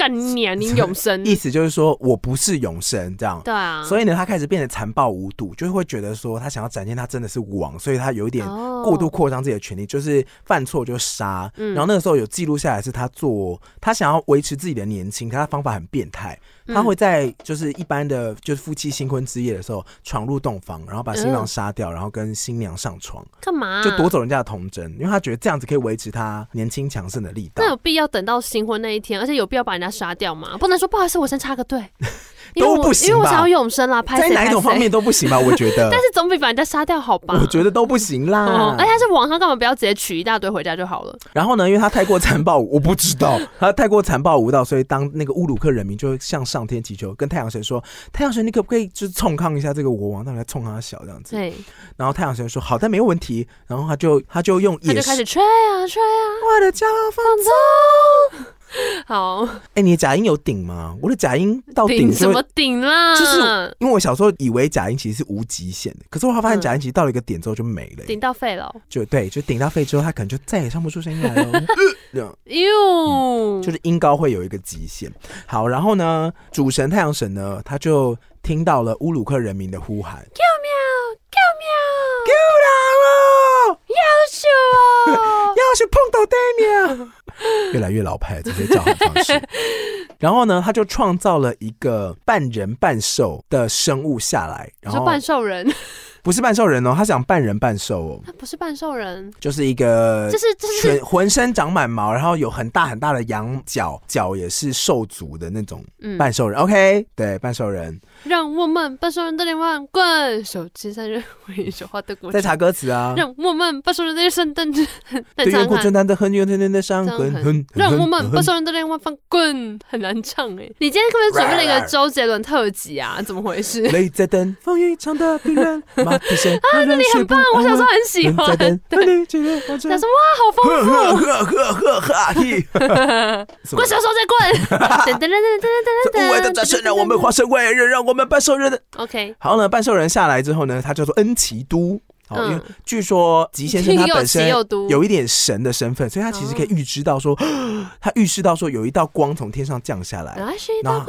干你娘，你永生， 意思就是说我不是永生这样。 对啊， 所以呢，他开始变得残暴无度，就会觉得说他想要展现他真的是王，所以他有一点过度扩张自己的权利，就是犯错就杀。嗯、然后那个时候有记录下来是他做，他想要维持自己的年轻，可他方法很变态。他会在就是一般的就是夫妻新婚之夜的时候闯入洞房，然后把新郎杀掉，然后跟新娘上床， 干嘛、啊？ 就夺走人家的童贞，因为他觉得这样子可以维持他年轻强盛的力道。 那有必要等到新婚那一天，而且有必要把人家杀掉吗？不能说不好意思，我先插个队。 都不行吧， 因为我想要永生啦， 在哪一种方面都不行吧？我觉得， 但是总比把人家杀掉好吧？ 我觉得都不行啦。 哦、而且他是网上干嘛不要直接取一大堆回家就好了？ 然后呢，因为他太过残暴，我不知道他太过残暴无道，所以当那个乌鲁克人民就向上天祈求，跟太阳神说：“太阳神，你可不可以就是冲抗一下这个国王，让他冲他小这样子？”对。然后太阳神说：“好的，没有问题。”然后他就他就用他就开始吹啊吹啊， 我的骄傲放纵。 好， 哎、欸，你的假音有顶吗？我的假音到顶什么顶啦？ 就是因为我小时候以为假音其实是无极限的，可是我发现假音其实到了一个点之后就没了， 顶、嗯、到肺了。就对，就顶到肺之后，他可能就再也唱不出声音来了。 哟、 嗯，就是音高会有一个极限。好，然后呢，主神太阳神呢，他就听到了乌鲁克人民的呼喊， 救命！救命！ 救人哦！ 要死哦！ 要是碰到对面。越来越老派这些叫喊方式。然后呢，他就创造了一个半人半兽的生物下来，然后说半兽人。 不是半兽人哦，他想半人半兽哦。 他不是半兽人， 就是一个， 就是就是浑身长满毛，然后有很大很大的羊角，脚也是兽足的那种半兽人。嗯、OK， 对，半兽人。 让我们半兽人的连环棍，手持三人为手画的国。 在查歌词啊。 让我们半兽人的圣诞节， 对远古春丹的很有甜甜的伤痕。 让我们半兽人的连环翻棍，很难唱哎、欸。你今天可不可以准备了一个周杰伦特辑啊？怎么回事？ 泪在等风雨长的平原。 啊，那你很棒，我小时候很喜欢。对，他说哇，好丰富， 呵呵呵呵滚小手再滚！噔噔噔噔噔噔噔， 无谓的战胜让我们化身为人，让我们半兽人的。 OK， 好呢，半兽人下来之后呢，他叫做恩奇都。嗯、因为据说吉先生他本身有一点神的身份，所以他其实可以预知到说，哦、他预示到说有一道光从天上降下来， 来是一道光，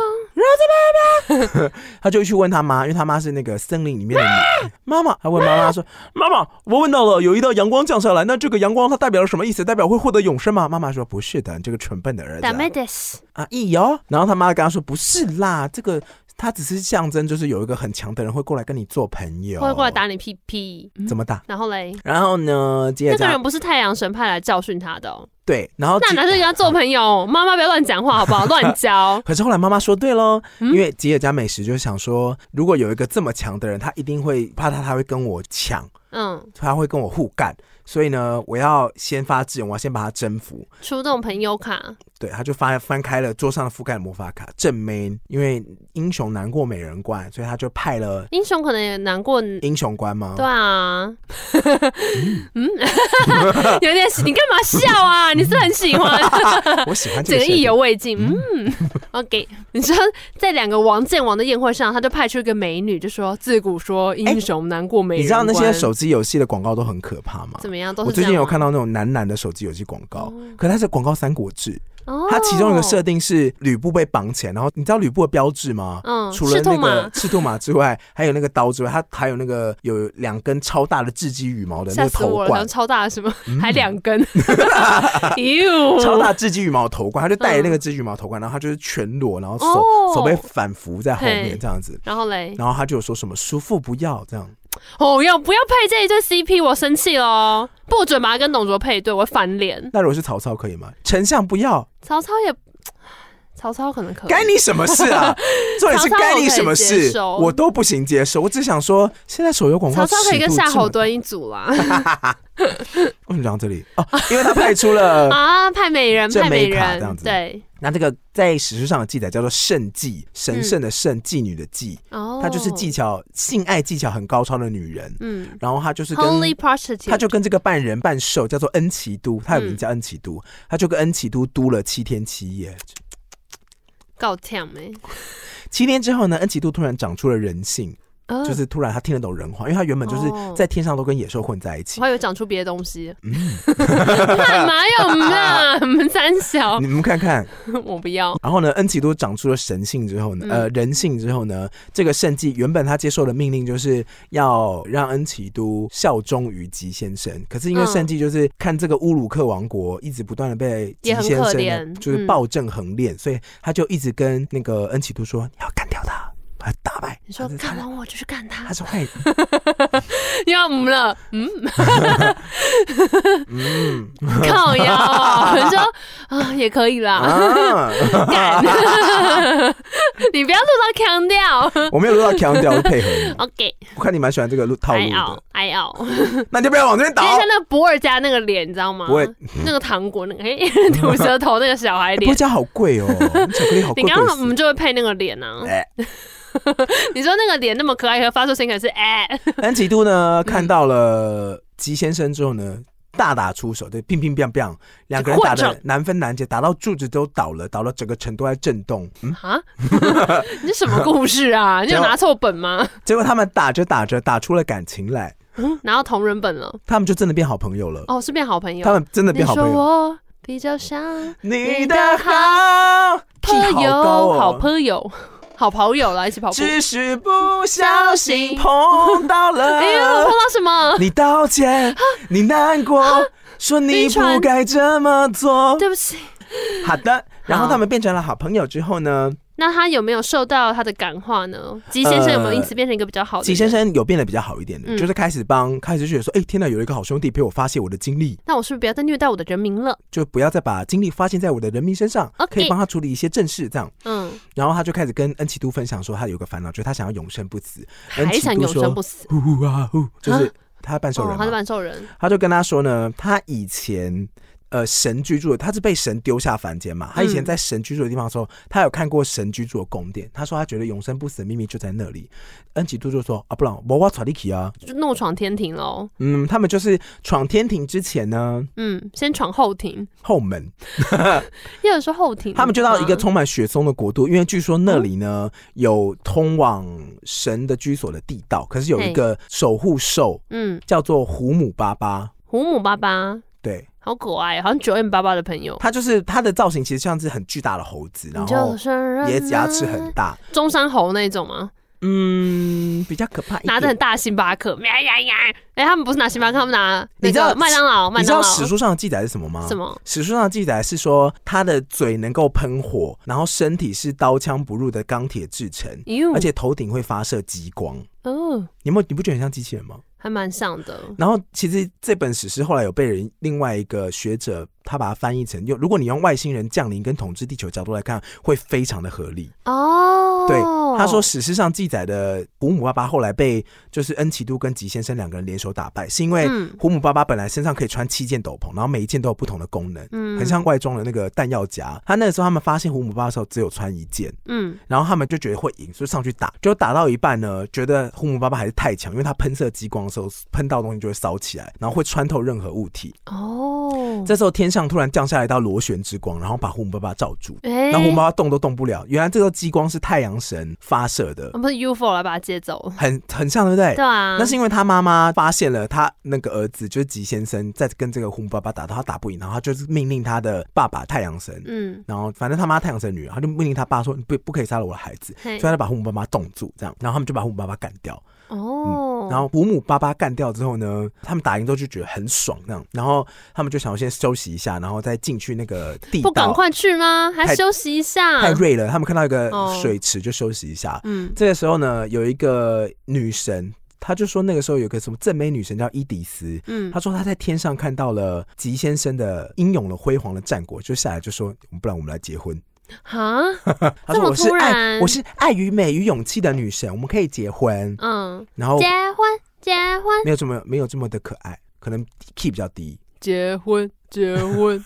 他就去问他妈，因为他妈是那个森林里面的女妈妈，他问妈妈说：“妈妈，我问到了，有一道阳光降下来，那这个阳光它代表了什么意思？代表会获得永生吗？”妈妈说：“不是的，你这个蠢笨的儿子、啊。”啊，咦哟，然后他妈跟他说：“不是啦，这个。”他只是象征，就是有一个很强的人会过来跟你做朋友， 会过来打你屁屁。 怎么打？ 然后嘞？ 然后呢？接着那个人不是太阳神派来教训他的、哦。 对，然后那哪是跟他做朋友？妈妈不要乱讲话好不好？乱教。 可是后来妈妈说对咯、嗯、因为吉尔加美什就想说，如果有一个这么强的人，他一定会怕他，他会跟我抢，嗯，他会跟我互干。所以呢，我要先发制人，我要先把他征服， 出这种朋友卡。 对，他就翻翻开了桌上的覆盖的魔法卡，正妹，因为英雄难过美人关，所以他就派了英雄可能也难过英雄关吗？ 对啊，嗯，嗯有点，你干嘛笑啊？你是很喜欢？ 我喜欢这个， 整个意犹未尽。嗯 ，OK， 你知道在两个王见王的宴会上，他就派出一个美女，就说自古说英雄难过美人关、欸。 你知道那些手机游戏的广告都很可怕吗？ 怎么样？都是我最近有看到那种男男的手机游戏广告，哦、可是它是广告《三国志》。哦、它其中有一个设定是吕布被绑起来，然后你知道吕布的标志吗？嗯，除了那个赤兔马之外，还有那个刀之外，它还有那个有两根超大的雉鸡羽毛的那个头冠， 超大的什么？嗯、还两根， 超大雉鸡羽毛的头冠，他就戴着那个雉鸡羽毛头冠，然后他就是全裸，然后手、哦、手被反扶在后面这样子， 然后嘞， 然后他就说什么叔父不要这样。 哦哟，不要配这一对 C P， 我生气了，不准把他跟董卓配对，我会翻脸。 那如果是曹操可以吗？丞相不要， 曹操也，曹操可能可以。 该你什么事啊？重点是该你什么事，我, 我都不行接受。我只想说，现在手游广告， 曹操可以跟夏侯惇一组啦。 为什么讲到这里？哦，因为他派出了啊，派美人，派美人这样子。 对， 那这个在史书上的记载叫做圣妓，神圣的圣，妓女的妓。哦，她就是技巧性爱技巧很高超的女人。嗯，然后她就是跟 Holy prostitute， 她就跟这个半人半兽叫做恩奇都，她有名叫恩奇都，她就跟恩奇都都了七天七夜。 够呛哎！ 七天之后呢，恩奇都突然长出了人性。 呃、 就是突然他听得懂人话，因为他原本就是在天上都跟野兽混在一起。 我还有长出别的东西，嗯，干嘛要我们啊？我们三小， 你们看看， 我不要。 然后呢，恩奇都长出了神性之后呢，呃，人性之后呢，这个圣纪原本他接受的命令就是要让恩奇都效忠于吉先生，可是因为圣纪就是看这个乌鲁克王国一直不断的被吉先生就是暴政横练，嗯、所以他就一直跟那个恩奇都说：“你要干掉他。”打败你说干完我就去干他， 他是坏人， 又要嗯了，嗯，嗯，靠腰啊！你说啊也可以啦，啊、干，你不要录到腔调， 我没有录到腔调，我是配合你。 OK， 我看你蛮喜欢这个套路的， 哀熬， 那你就不要往这边倒。 像那个博尔家那个脸，你知道吗？ 不会， 那个糖果那个嘿吐舌头那个小孩脸， 博尔家好贵哦，巧克力好贵。 你刚刚我们就会配那个脸啊。欸你说那个脸那么可爱，和发出声音可是哎。 恩奇都呢看到了吉先生之后呢，大打出手，对，乒乒乓乓，两个人打得难分难解，打到柱子都倒了，倒了整个城都在震动。嗯啊， 你这什么故事啊？你有拿错本吗？ 结果他们打着打着打出了感情来， 嗯，拿到同人本了， 他们就真的变好朋友了。 哦，是变好朋友， 他们真的变好朋友。 你说我比较像你的好朋友， 哦、 好朋友。好跑友了，一起跑步。 只是不小心碰到了。 哎呦，碰到什么？ 你道歉，你难过，说你不该这么做。 对不起。 好的，然后他们变成了好朋友之后呢？ 那他有没有受到他的感化呢？吉先生有没有因此变成一个比较好的人？ 吉先生有变得比较好一点的，嗯、就是开始帮，开始觉得说，哎、欸，天哪，有一个好兄弟陪我发泄我的精力， 那我是不是不要再虐待我的人民了？ 就不要再把精力发现在我的人民身上， okay. 可以帮他处理一些正事，这样。嗯，然后他就开始跟恩奇都分享说，他有个烦恼，就是他想要永生不死， 还想永生不死， 呼呼啊呼，就是他半兽人、哦， 他是半兽人， 他就跟他说呢，他以前。呃，神居住的，他是被神丢下凡间嘛。他以前在神居住的地方的时候，嗯、他有看过神居住的宫殿。他说他觉得永生不死的秘密就在那里。恩奇都就说啊，不然我我闯你去啊， 就怒闯天庭喽。 嗯，他们就是闯天庭之前呢， 嗯，先闯后庭， 后门， 又有说后庭， 他们就到一个充满雪松的国度，因为据说那里呢、嗯、有通往神的居所的地道，可是有一个守护兽，嗯，叫做胡姆巴巴。 胡姆巴巴， 对。 好可爱，好像九 M 八八的朋友。 他就是他的造型，其实像是很巨大的猴子，然后也牙齿很大， 中山猴那种吗？ 嗯，比较可怕一点。 拿着很大的星巴克，呀呀呀！哎，他们不是拿星巴克，他们拿那个麦当劳。 你知道史书上的记载是什么吗？ 什么？ 史书上的记载是说，他的嘴能够喷火，然后身体是刀枪不入的钢铁制成，而且头顶会发射激光。哦，你有没有你不觉得很像机器人吗？ 还蛮像的。 然后其实这本史诗后来有被人另外一个学者他把它翻译成，如果你用外星人降临跟统治地球角度来看，会非常的合理哦。对，他说史诗上记载的胡姆巴巴后来被就是恩奇都跟吉先生两个人联手打败，是因为胡姆巴巴本来身上可以穿七件斗篷，然后每一件都有不同的功能，嗯，很像外装的那个弹药夹。他那个时候他们发现胡姆巴巴的时候只有穿一件，嗯，然后他们就觉得会赢，所以上去打，就打到一半呢，觉得胡姆巴巴还是太强，因为他喷射激光的时候喷到的东西就会烧起来，然后会穿透任何物体。哦，这时候天上突然降下来一道螺旋之光，然后把胡姆巴巴罩住，欸、然后胡姆巴巴动都动不了。原来这个激光是太阳神发射的， 不是 U F O 来把它接走， 很很像，对不对？ 对啊。 那是因为他妈妈发现了他那个儿子就是吉先生在跟这个胡姆巴巴打，他打不赢，然后他就是命令他的爸爸太阳神，嗯，然后反正他妈太阳神女儿，他就命令他爸说：“你不不可以杀了我的孩子。”所以他就把胡姆巴巴冻住，这样，然后他们就把胡姆巴巴干掉。哦、嗯，然后胡姆巴巴干掉之后呢，他们打赢之后就觉得很爽，这样，然后他们就想要先休息一下，然后再进去那个地道。 不赶快去吗？还休息一下？ 太累了，他们看到一个水池就休息一下。嗯、哦，这个时候呢，有一个女神。他就说那个时候有个什么正美女神叫伊迪丝，嗯，他说他在天上看到了吉先生的英勇的辉煌的战果，就下来就说不然我们来结婚。哈，他说我是爱我是爱与美与勇气的女神，我们可以结婚。嗯，然后结婚结婚没有这么没有这么的可爱，可能 key 比较低。 结婚结婚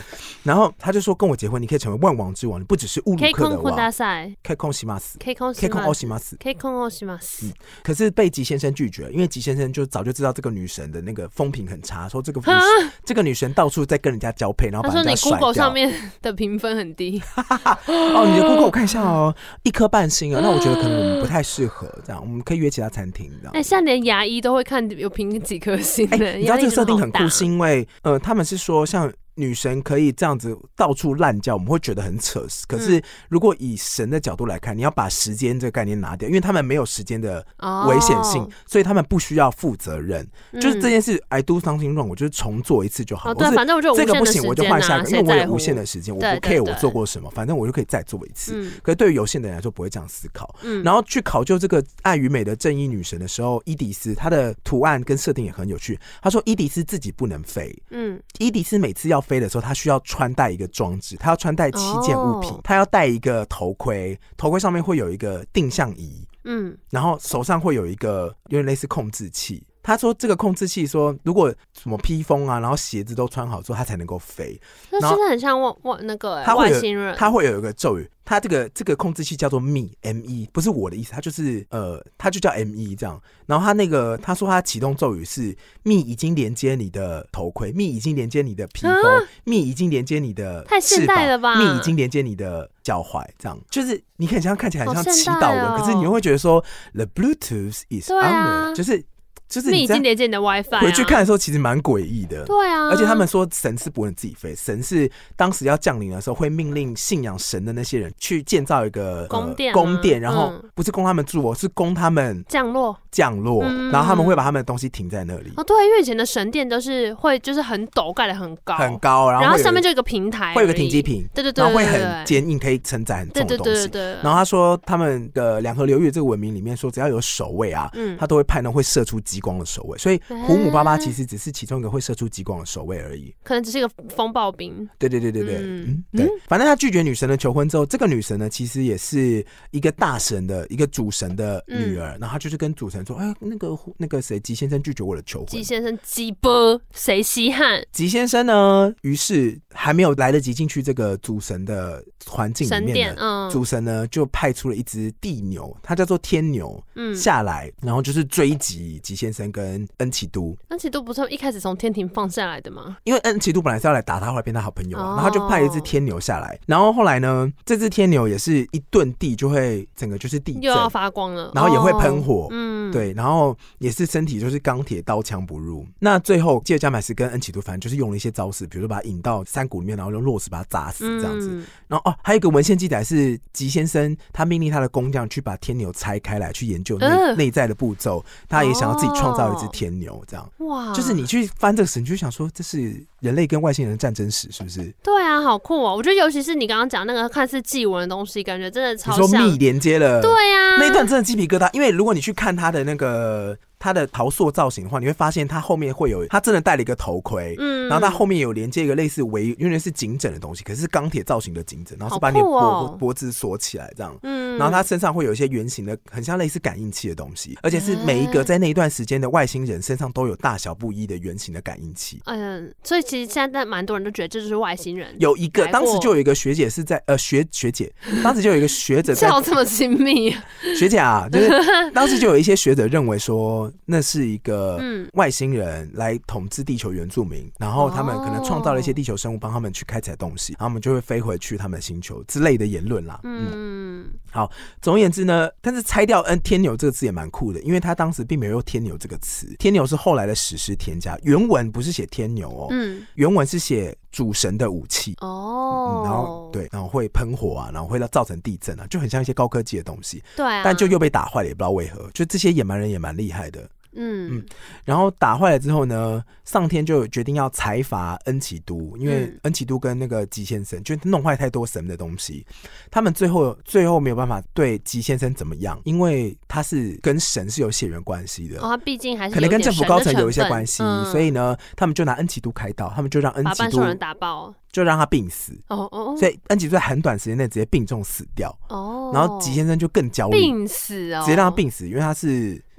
然后他就说跟我结婚，你可以成为万王之王，你不只是乌鲁克的王。可以空西马斯， 可以空可以空欧西马斯， 可以空欧西马斯。 可是被吉先生拒绝，因为吉先生就早就知道这个女神的那个风评很差，说这个这个女神到处在跟人家交配，然后把人家甩掉。他说你 Google 上面的评分很低。 哦，你的 Google 我看一下哦，一颗半星啊，那我觉得可能我们不太适合这样，我们可以约其他餐厅这样。 哎、欸，现在连牙医都会看有评几颗星的、欸， 你知道这个设定很酷，是因为呃，他们是说像。女神可以这样子到处滥叫，我们会觉得很扯。可是如果以神的角度来看，你要把时间这个概念拿掉，因为他们没有时间的危险性，哦、所以他们不需要负责任。嗯、就是这件事 ，I do something wrong， 我就是重做一次就好。 哦、对，反正我就有无限的时间、啊、 这个不行，我就换下一个，因为我有无限的时间，我不 care 对对对我做过什么，反正我就可以再做一次。 嗯、 可是对于有限的人来说，不会这样思考。嗯、然后去考究这个爱与美的正义女神的时候，伊迪丝她的图案跟设定也很有趣。她说伊迪丝自己不能飞，嗯，伊迪丝每次要飞的时候，她需要穿戴一个装置，他要穿戴七件物品，他、oh. 要戴一个头盔，头盔上面会有一个定向仪，嗯，然后手上会有一个有点类似控制器。他说这个控制器说，如果什么披风啊，然后鞋子都穿好之后，他才能够飞。 那现在很像外外那个、欸、外星人， 他会有一个咒语。他这个这个控制器叫做 Me M E， 不是我的意思，他就是呃，他就叫 M E 这样。然后他那个他说他启动咒语是 Me 已经连接你的头盔 ，Me 已经连接你的披风、啊、，Me 已经连接你的太现代了吧 ，Me 已经连接你的脚踝，这样就是你可以像看起来很像祈祷文、哦，可是你会觉得说 The Bluetooth is on，、啊、就是。就是你已经连接你的 WiFi，、啊、 回去看的时候其实蛮诡异的。 对啊， 而且他们说神是不能自己飞，神是当时要降临的时候会命令信仰神的那些人去建造一个宫殿、 呃，宫殿，然后不是供他们住哦，是供他们降落降落、嗯，然后他们会把他们的东西停在那里。 哦，对，因为以前的神殿都是会就是很陡，盖得很高， 很高，然后, 然后上面就有一个平台， 会有一个停机坪， 对对对， 然后会很坚硬，可以承载很重的东西。对对对对对。然后他说他们的两河流域这个文明里面说，只要有守卫啊，嗯，他都会派那会射出激光的守卫，所以。胡姆巴巴其实只是其中一个会射出激光的守卫而已， 可能只是一个风暴兵。 对对对对对，嗯，嗯对。反正他拒绝女神的求婚之后，这个女神呢，其实也是一个大神的一个主神的女儿，嗯、然后他就是跟主神说：“哎，那个那个谁，吉先生拒绝我的求婚。” 吉先生鸡波谁稀罕？ 吉先生呢，于是还没有来得及进去这个主神的环境里面呢，嗯、主神呢就派出了一只地牛，它叫做天牛，嗯，下来，然后就是追击吉先生跟恩奇都。 恩奇都不是一开始从天庭放下来的吗？ 因为恩奇都本来是要来打他，后来变他好朋友、啊哦、然后他就派了一只天牛下来，然后后来呢，这只天牛也是一顿地就会整个就是地震， 又要发光了， 然后也会喷火，嗯、哦，对，然后也是身体就是钢铁刀枪不入。那最后吉尔加买斯跟恩奇都反正就是用了一些招式，比如说把他引到山谷里面，然后用落石把他砸死这样子。嗯、然后哦，还有一个文献记载是吉先生他命令他的工匠去把天牛拆开来，去研究内内、呃、在的步骤，他也想要自己创造一只天牛这样。哇！就是你去翻这个神，你就想说这是人类跟外星人的战争史，是不是？ 对啊，好酷哦！我觉得尤其是你刚刚讲那个看似祭文的东西，感觉真的超像。 你说密连接了， 对啊， 那一段真的鸡皮疙瘩。因为如果你去看他的那个。他的陶塑造型的话，你会发现他后面会有，他真的戴了一个头盔，嗯，然后他后面有连接一个类似围，因为是颈枕的东西，可是是钢铁造型的颈枕，然后是把你的脖、哦、脖子锁起来这样，嗯，然后他身上会有一些圆形的，很像类似感应器的东西，而且是每一个在那一段时间的外星人身上都有大小不一的圆形的感应器。 嗯，所以其实现在蛮多人都觉得这就是外星人。 有一个，当时就有一个学姐是在呃学学姐，当时就有一个学者在叫这么亲密， 学姐啊，就是当时就有一些学者认为说那是一个。嗯，外星人来统治地球原住民，然后他们可能创造了一些地球生物，帮他们去开采东西，然后他们就会飞回去他们的星球之类的言论啦。嗯，嗯好，总而言之呢，但是拆掉“嗯天牛”这个字也蛮酷的，因为他当时并没有用“天牛”这个词，“天牛”是后来的史诗添加，原文不是写天牛哦，嗯，原文是写主神的武器哦、嗯，然后对，然后会喷火啊，然后会造成地震啊，就很像一些高科技的东西。 对啊， 但就又被打坏了，也不知道为何，就这些野蛮人也蛮厉害的。嗯嗯，然后打坏了之后呢，上天就决定要裁罚恩奇都，因为恩奇都跟那个吉先生就弄坏太多神的东西，他们最后最后没有办法对吉先生怎么样，因为他是跟神是有血缘关系的， 哦，他毕竟还是可能跟政府高层有一些关系、嗯，所以呢，他们就拿恩奇都开刀，他们就让恩奇都把半兽人打爆。 就让他病死哦哦，所以恩奇都在很短时间内直接病重死掉哦，然后吉先生就更焦虑， 病死哦， 直接让他病死，因为他是那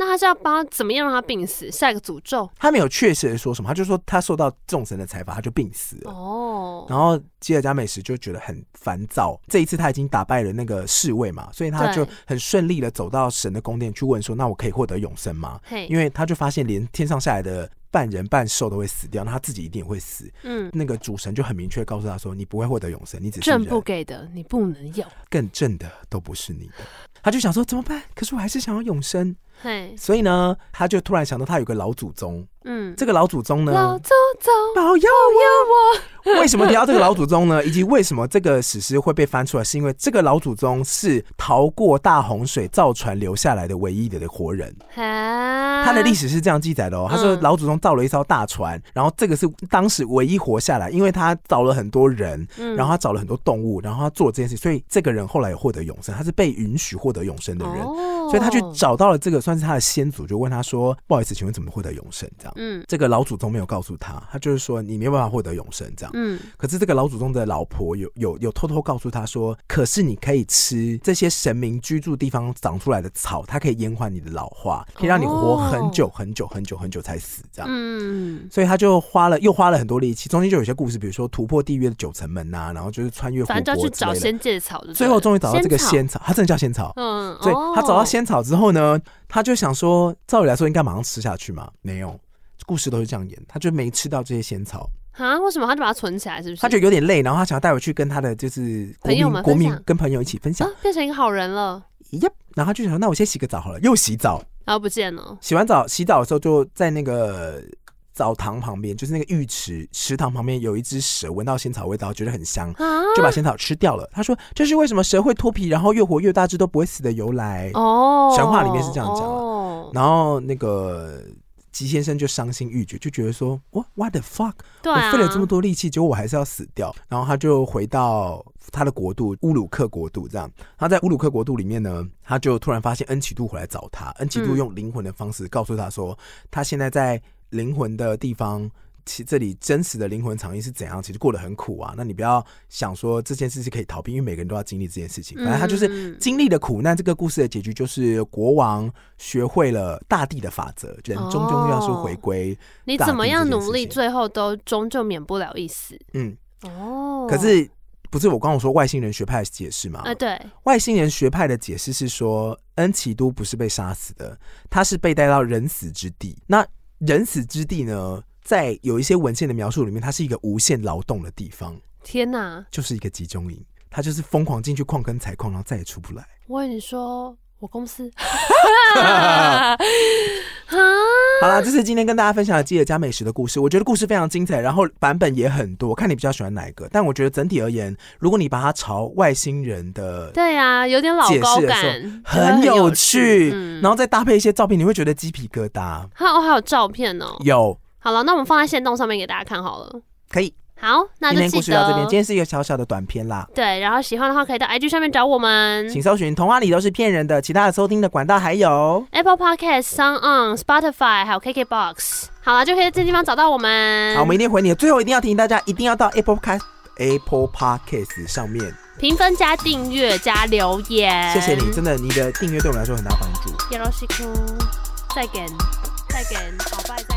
那他是要帮他怎么样让他病死？下一个诅咒？ 他没有确实的说什么，他就说他受到众神的裁罚，他就病死了。哦，然后吉尔加美什就觉得很烦躁。这一次他已经打败了那个侍卫嘛，所以他就很顺利的走到神的宫殿去问说：“那我可以获得永生吗？”因为他就发现连天上下来的半人半兽都会死掉，那他自己一定也会死。嗯，那个主神就很明确告诉他说：“你不会获得永生，你只是人。” 正不给的你不能有， 更正的都不是你的。他就想说怎么办？可是我还是想要永生。所以呢，他就突然想到他有个老祖宗。嗯，这个老祖宗呢， 老祖宗保佑我。为什么提到这个老祖宗呢？以及为什么这个史诗会被翻出来？是因为这个老祖宗是逃过大洪水造船留下来的唯一的活人。他的历史是这样记载的哦。他说老祖宗造了一艘大船，然后这个是当时唯一活下来，因为他找了很多人，然后他找了很多动物，然后他做这件事，所以这个人后来有获得永生，他是被允许获得永生的人。哦，所以他去找到了这个算是他的先祖，就问他说：“不好意思，请问怎么获得永生？”这样，嗯，这个老祖宗没有告诉他，他就是说你没有办法获得永生这样。嗯，可是这个老祖宗的老婆有有有偷偷告诉他说：“可是你可以吃这些神明居住地方长出来的草，它可以延缓你的老化，可以让你活很久很久很久很久才死。”这样，嗯，所以他就花了又花了很多力气，中间就有些故事，比如说突破地狱的九层门呐、啊，然后就是穿越湖泊之类的， 反正就去找仙界草的， 最后终于找到这个仙草，他真的叫仙草。嗯，所以他找到仙草之后呢，他就想说，照理来说应该马上吃下去嘛，没有，故事都是这样演，他就没吃到这些仙草。 啊？为什么他就把它存起来？是不是？ 他觉得有点累，然后他想要带回去跟他的就是国民朋友们国民跟朋友一起分享， 啊、变成一个好人了。 Yep， 然后他就想说，那我先洗个澡好了，又洗澡， 然后不见了。 洗完澡，洗澡的时候就在那个澡堂旁边，就是那个浴池池塘旁边有一只蛇，闻到仙草味道，觉得很香，啊、就把仙草吃掉了。他说这是为什么蛇会脱皮，然后越活越大只都不会死的由来。哦，神话里面是这样讲、啊哦。然后那个吉先生就伤心欲绝，就觉得说 What, what the fuck、啊、我费了这么多力气，结果我还是要死掉。然后他就回到他的国度乌鲁克国度，这样他在乌鲁克国度里面呢，他就突然发现恩奇杜回来找他，恩奇杜用灵魂的方式告诉他说、嗯、他现在在灵魂的地方，其这里真实的灵魂场域是怎样，其实过得很苦啊。那你不要想说这件事是可以逃避，因为每个人都要经历这件事情。反正他就是经历了苦难，这个故事的结局就是国王学会了大地的法则，人终究要是回归、哦。 你怎么样努力，最后都终究免不了一死。 嗯，哦，可是不是我刚刚说外星人学派的解释吗？ 啊，对， 外星人学派的解释是说，恩奇都不是被杀死的，他是被带到人死之地。那人死之地呢，在有一些文献的描述里面，它是一个无限劳动的地方。 天哪， 就是一个集中营，他就是疯狂进去矿坑采矿，然后再也出不来。 我跟你说，我公司好啦，这是今天跟大家分享的吉尔加美什的故事。我觉得故事非常精彩，然后版本也很多，看你比较喜欢哪一个。但我觉得整体而言，如果你把它朝外星人的对啊，有点老高感， 很有趣、嗯，然后再搭配一些照片，你会觉得鸡皮疙瘩。 还有还有照片哦， 有。 好了，那我们放在限动上面给大家看好了。 可以。 好，那就记得今天故事到这边，今天是一个小小的短片啦。 对，然后喜欢的话可以到 I G 上面找我们， 请搜寻童话里都是骗人的，其他的收听的管道还有 Apple Podcast、SoundOn、Spotify 还有 K K Box。好了，就可以在这地方找到我们。 好，我们一定回你。最后一定要提醒大家，一定要到 Apple Podcast Apple Podcast 上面评分加订阅加留言。 谢谢你，真的，你的订阅对我们来说很大帮助。 よろしく。再见，再见，好拜。